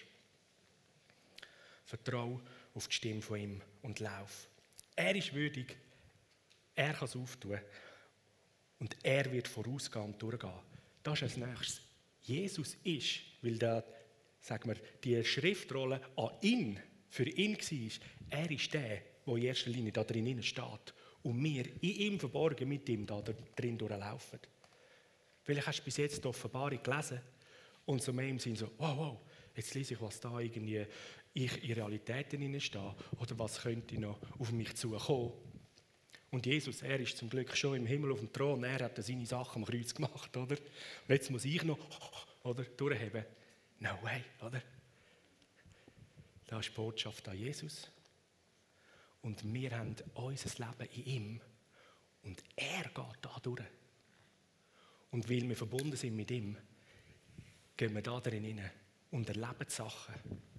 Vertrau auf die Stimme von ihm und lauf. Er ist würdig, er kann es auftun und er wird vorausgehen und durchgehen. Das ist als nächstes. Jesus ist, weil der, sagen wir, die Schriftrolle an ihn, für ihn war, er ist der, der in erster Linie da drin steht und wir in ihm verborgen mit ihm da drin durchlaufen. Vielleicht hast du bis jetzt die Offenbarung gelesen und so mehr im Sinn so, wow, wow, jetzt lese ich, was da irgendwie ich in Realitäten stehe oder was könnte noch auf mich zukommen. Und Jesus, er ist zum Glück schon im Himmel auf dem Thron, er hat seine Sachen am Kreuz gemacht, oder? Und jetzt muss ich noch, oder, durchheben. No way, oder? Das ist die Botschaft an Jesus. Und wir haben unser Leben in ihm. Und er geht da durch. Und weil wir verbunden sind mit ihm, gehen wir da drin hinein und erleben die Sachen.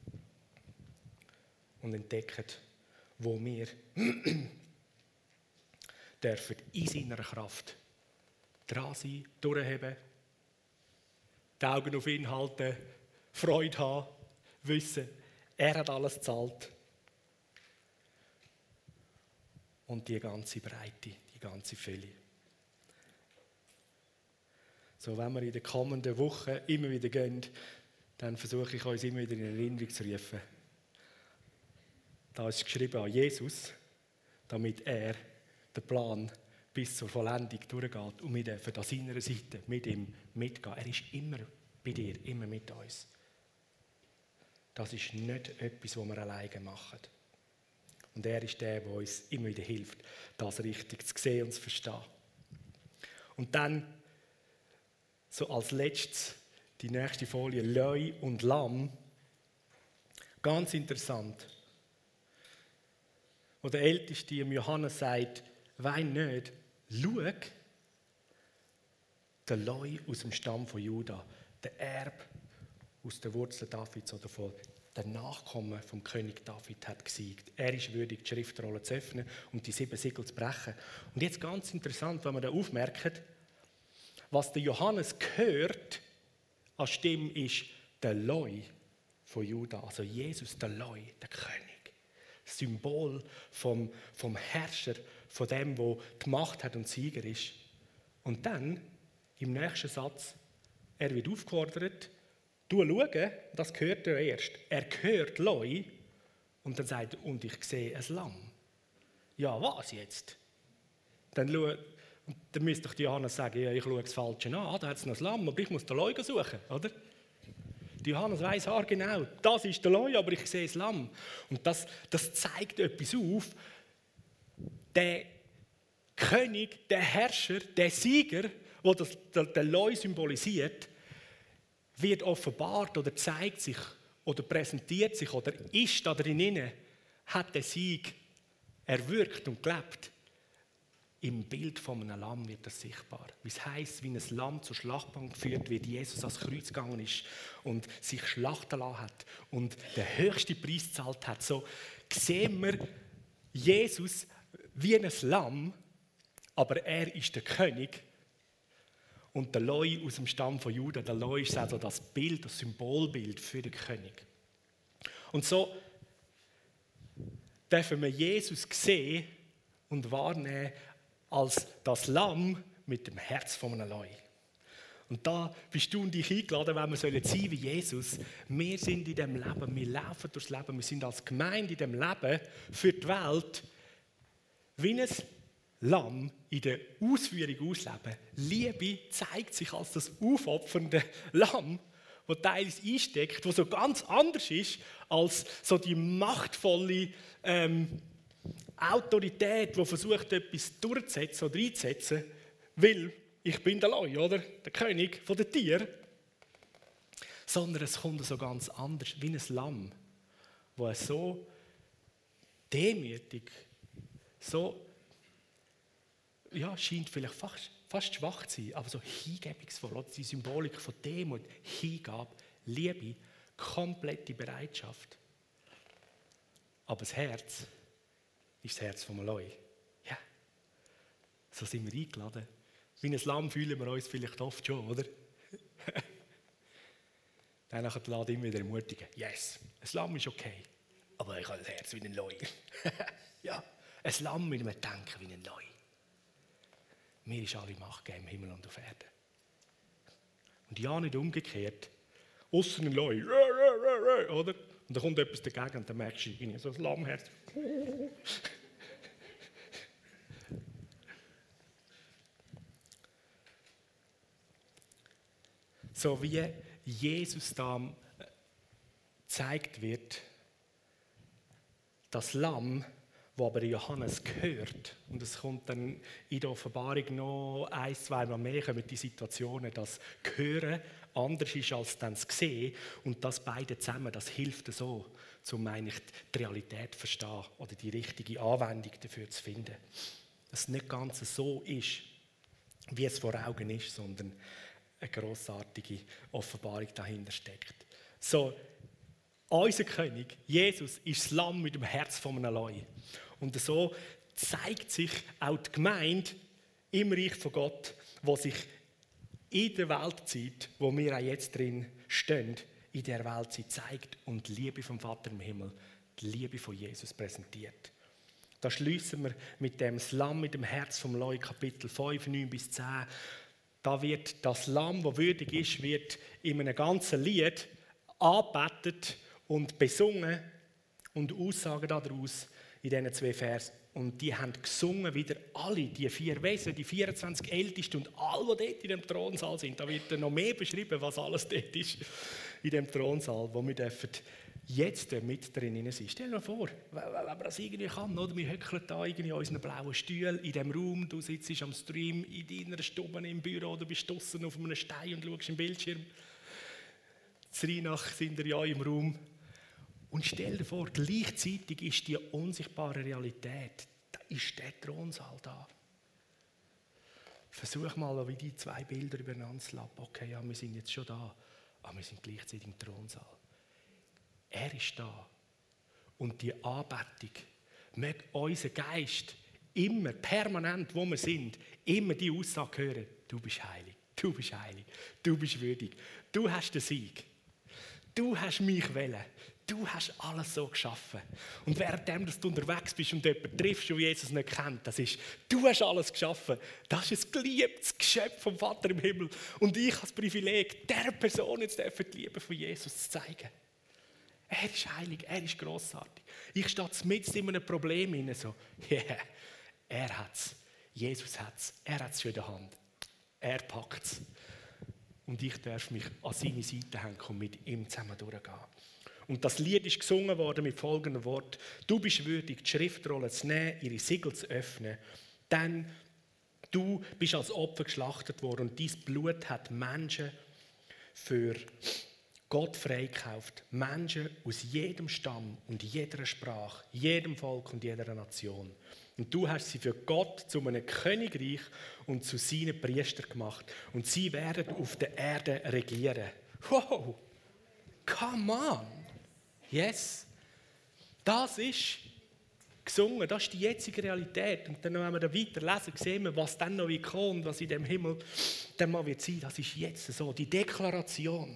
Und entdecken, wo wir dürfen in seiner Kraft dran sein, durchheben, die Augen auf ihn halten, Freude haben, wissen, er hat alles gezahlt. Und die ganze Breite, die ganze Fülle. So, wenn wir in den kommenden Wochen immer wieder gehen, dann versuche ich uns immer wieder in Erinnerung zu rufen. Da ist geschrieben an Jesus, damit er den Plan bis zur Vollendung durchgeht und wir dürfen an seiner Seite mit ihm mitgehen. Er ist immer bei dir, immer mit uns. das ist nicht etwas, was wir alleine machen. Und er ist der, der uns immer wieder hilft, das richtig zu sehen und zu verstehen. Und dann, so als letztes, die nächste Folie, Leu und Lamm. Ganz interessant. Wo der Älteste Johannes sagt, wein nicht, schau, der Leu aus dem Stamm von Juda, der Erb aus der Wurzel Davids oder von der Nachkomme vom König David hat gesiegt. Er ist würdig, die Schriftrolle zu öffnen und die sieben Siegel zu brechen. Und jetzt ganz interessant, wenn man da aufmerkt, was der Johannes hört an Stimme ist der Leu von Juda, also Jesus, der Leu, der König. Symbol vom, vom Herrscher, von dem, der die Macht hat und Sieger ist. Und dann, im nächsten Satz, er wird aufgefordert, du schauen, das hört er erst. Er hört Leu und dann sagt er, und ich sehe ein Lamm. Ja, was jetzt? Dann, schau, dann müsste doch Johannes sagen, ja, ich schaue das Falsche an, ah, da hat es noch ein Lamm, aber ich muss den Leu suchen, oder? Johannes weiss genau, das ist der Leu, aber ich sehe das Lamm. Und das, das zeigt etwas auf. Der König, der Herrscher, der Sieger, der das, der, der Leu symbolisiert, wird offenbart oder zeigt sich oder präsentiert sich oder ist da drinnen, hat den Sieg erwirkt und gelebt. Im Bild von einem Lamm wird das sichtbar. Wie es heisst, wie ein Lamm zur Schlachtbank geführt wird, Jesus ans Kreuz gegangen ist und sich schlachten lassen hat und den höchsten Preis gezahlt hat. So sehen wir Jesus wie ein Lamm, aber er ist der König. Und der Leu aus dem Stamm von Juda, der Leu ist also das Bild, das Symbolbild für den König. Und so dürfen wir Jesus sehen und wahrnehmen als das Lamm mit dem Herz von einem Leu. Und da bist du und ich eingeladen, wenn wir sein sollen wie Jesus. Wir sind in diesem Leben, wir laufen durchs Leben, wir sind als Gemeinde in diesem Leben für die Welt wie ein Lamm in der Ausführung ausleben. Liebe zeigt sich als das aufopfernde Lamm, das teilweise einsteckt, das so ganz anders ist als so die machtvolle ähm, Autorität, die versucht, etwas durchzusetzen oder einzusetzen, weil ich bin der Leu, oder? Der König der Tiere. Sondern es kommt so ganz anders, wie ein Lamm, das so demütig, so ja, scheint vielleicht fast, fast schwach zu sein, aber so hingebungsvoll, oder? Die Symbolik von Demut, Hingabe, Liebe, komplette Bereitschaft. Aber das Herz ist das Herz von Leu. Ja, so sind wir eingeladen. Wie ein Lamm fühlen wir uns vielleicht oft schon, oder? Dann lässt ich immer wieder ermutigen. Yes, ein Lamm ist okay, aber ich habe das Herz wie ein Leu. Ja, ein Lamm mit einem Denken wie ein Leu. Mir ist alle Macht gegeben im Himmel und auf Erden. Und ja, nicht umgekehrt. Ausser ein Leu, oder? Und dann kommt etwas dagegen und dann merkst du, so ein Lammherz. So wie Jesus da gezeigt wird, das Lamm, wo aber Johannes gehört, und es kommt dann in der Offenbarung noch ein, zweimal mehr kommen die Situationen, dass Hören anders ist als dann das Sehen, und das beide zusammen, das hilft so, um eigentlich die Realität zu verstehen oder die richtige Anwendung dafür zu finden. Dass es nicht ganz so ist, wie es vor Augen ist, sondern eine grossartige Offenbarung dahinter steckt. So, unser König, Jesus, ist das Lamm mit dem Herz von einem Leu. Und so zeigt sich auch die Gemeinde im Reich von Gott, wo sich in der Weltzeit, wo wir auch jetzt drin stehen, in der Weltzeit zeigt und die Liebe vom Vater im Himmel, die Liebe von Jesus präsentiert. Da schliessen wir mit dem Lamm mit dem Herz vom Leu, Kapitel fünf, neun bis zehn. Da wird das Lamm, das würdig ist, wird in einem ganzen Lied angebetet und besungen und Aussagen daraus in diesen zwei Versen. Und die haben gesungen wieder alle, die vier Wesen, die vierundzwanzig Ältesten und alle, die dort in dem Thronsaal sind. Da wird noch mehr beschrieben, was alles dort ist in dem Thronsaal, wo wir dürfen jetzt mit drin sind. Stell dir vor, wenn man das irgendwie kann, oder? Wir hückeln da irgendwie in unseren blauen Stühlen in diesem Raum, du sitzt am Stream in deiner Stube im Büro oder bist draussen auf einem Stein und schaust im Bildschirm. Zu Rheinach sind wir ja im Raum. Und stell dir vor, gleichzeitig ist die unsichtbare Realität, da ist der Thronsaal da. Versuch mal, wie die zwei Bilder übereinander zu lappen. Okay, ja, wir sind jetzt schon da, aber wir sind gleichzeitig im Thronsaal. Er ist da. Und die Anbetung möge unser Geist immer, permanent, wo wir sind, immer die Aussage hören, du bist heilig, du bist heilig, du bist würdig, du hast den Sieg, du hast mich wählen. Du hast alles so geschaffen. Und währenddem dass du unterwegs bist und jemanden triffst, der Jesus nicht kennt, das ist, du hast alles geschaffen. Das ist ein geliebtes Geschöpf vom Vater im Himmel. Und ich habe das Privileg, dieser Person jetzt die Liebe von Jesus zu zeigen. Er ist heilig, er ist grossartig. Ich stehe mitten in einem Problem hinein, so, yeah, er hat es, Jesus hat es, er hat es schon in der Hand. Er packt es. Und ich darf mich an seine Seite hängen und mit ihm zusammen durchgehen. Und das Lied ist gesungen worden mit folgendem Wort: Du bist würdig, die Schriftrolle zu nehmen, ihre Siegel zu öffnen, denn du bist als Opfer geschlachtet worden und dein Blut hat Menschen für Gott freikauft. Menschen aus jedem Stamm und jeder Sprache, jedem Volk und jeder Nation. Und du hast sie für Gott zu einem Königreich und zu seinen Priestern gemacht. Und sie werden auf der Erde regieren. Wow! Come on! Yes! Das ist gesungen, das ist die jetzige Realität. Und dann, wenn wir dann weiterlesen, sehen wir, was dann noch kommt und was in dem Himmel dann mal wird sein. Das ist jetzt so, die Deklaration.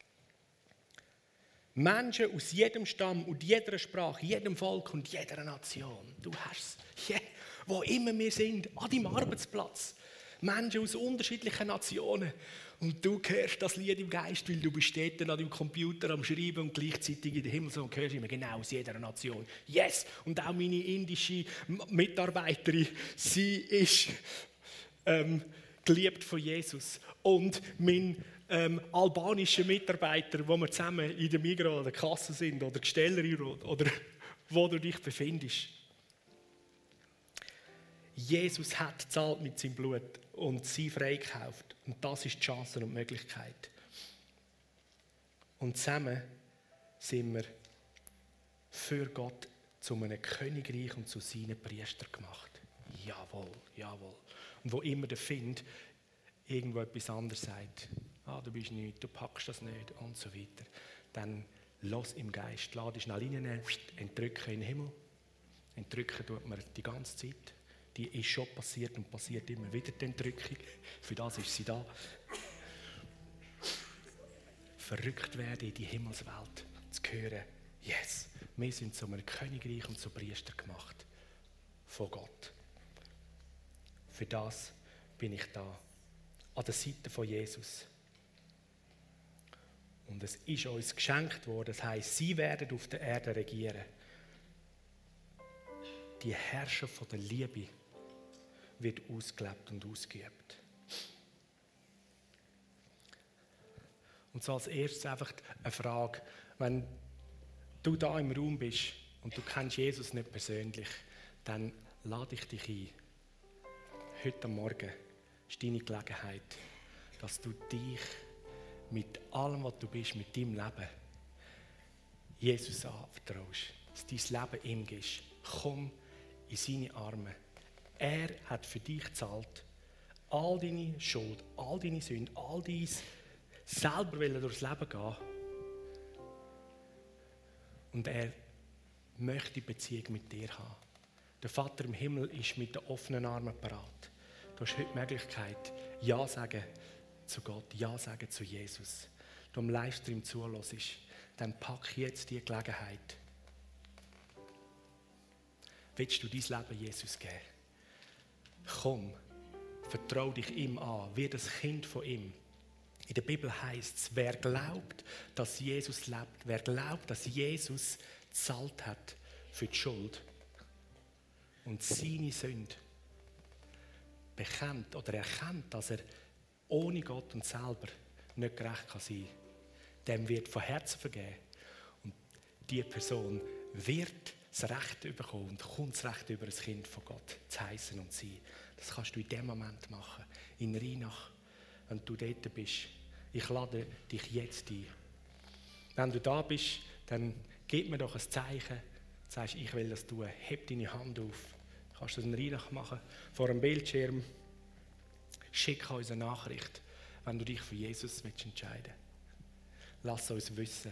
Menschen aus jedem Stamm und jeder Sprache, jedem Volk und jeder Nation. Du hast es. Yeah. Wo immer wir sind, an deinem Arbeitsplatz. Menschen aus unterschiedlichen Nationen. Und du hörst das Lied im Geist, weil du bist dort an deinem Computer am Schreiben und gleichzeitig in den Himmel so und hörst immer genau aus jeder Nation. Yes! Und auch meine indische Mitarbeiterin, sie ist ähm, geliebt von Jesus. Und mein ähm, albanischer Mitarbeiter, wo wir zusammen in der Migros oder der Kasse sind oder Gestellerin oder wo du dich befindest. Jesus hat gezahlt mit seinem Blut und sie freikauft. Und das ist die Chance und die Möglichkeit. Und zusammen sind wir für Gott zu einem Königreich und zu seinen Priestern gemacht. Jawohl, jawohl. Und wo immer der Find irgendwo etwas anderes sagt, ah, du bist nicht, du packst das nicht und so weiter, dann lass im Geist, lass dich schnell rein, entrücken in den Himmel. Entrücken tut man die ganze Zeit. Die ist schon passiert und passiert immer wieder die Entrückung. Für das ist sie da. Verrückt werden in die Himmelswelt, zu hören, yes, wir sind zu einem Königreich und zu Priester gemacht. Von Gott. Für das bin ich da. An der Seite von Jesus. Und es ist uns geschenkt worden, das heisst, sie werden auf der Erde regieren. Die Herrscher von der Liebe wird ausgelebt und ausgeübt. Und so als erstes einfach eine Frage, wenn du da im Raum bist und du kennst Jesus nicht persönlich, dann lade ich dich ein. Heute Morgen ist deine Gelegenheit, dass du dich mit allem, was du bist, mit deinem Leben, Jesus anvertraust, dass du dein Leben ihm gibst. Komm in seine Arme. Er hat für dich gezahlt. All deine Schuld, all deine Sünden, all dein selber durchs Leben gehen. Und er möchte Beziehung mit dir haben. Der Vater im Himmel ist mit den offenen Armen parat. Du hast heute die Möglichkeit, Ja sagen zu Gott, Ja sagen zu Jesus. Du am Livestream zuhörst, dann pack jetzt die Gelegenheit. Willst du dein Leben Jesus geben? Komm, vertrau dich ihm an, wie das Kind von ihm. In der Bibel heißt es, wer glaubt, dass Jesus lebt, wer glaubt, dass Jesus gezahlt hat für die Schuld und seine Sünde, bekennt oder erkennt, dass er ohne Gott und selber nicht gerecht kann sein, dem wird von Herzen vergeben. Und diese Person wird das Recht bekommen und kommt das Recht über das Kind von Gott zu heißen und zu sein. Das kannst du in dem Moment machen. In Rheinach, wenn du dort bist. Ich lade dich jetzt ein. Wenn du da bist, dann gib mir doch ein Zeichen. Sagst, ich will das tun. Heb deine Hand auf. Du kannst das in Rheinach machen, vor dem Bildschirm. Schick uns eine Nachricht, wenn du dich für Jesus entscheiden willst. Lass uns wissen,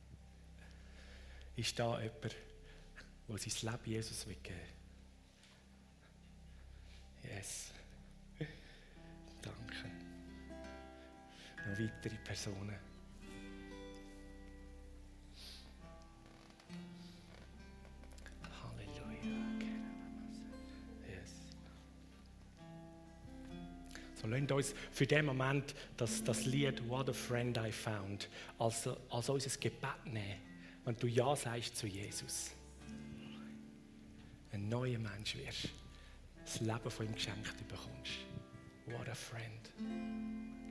ist da jemand, der sein Leben Jesus will geben? Yes. Danke. Noch weitere Personen. Halleluja. Yes. So, lasst uns für den Moment das, das Lied «What a Friend I Found» als, als unser Gebet nehmen, wenn du Ja sagst zu Jesus. Ein neuer Mensch wirst. Das Leben von ihm geschenkt bekommst. What a friend.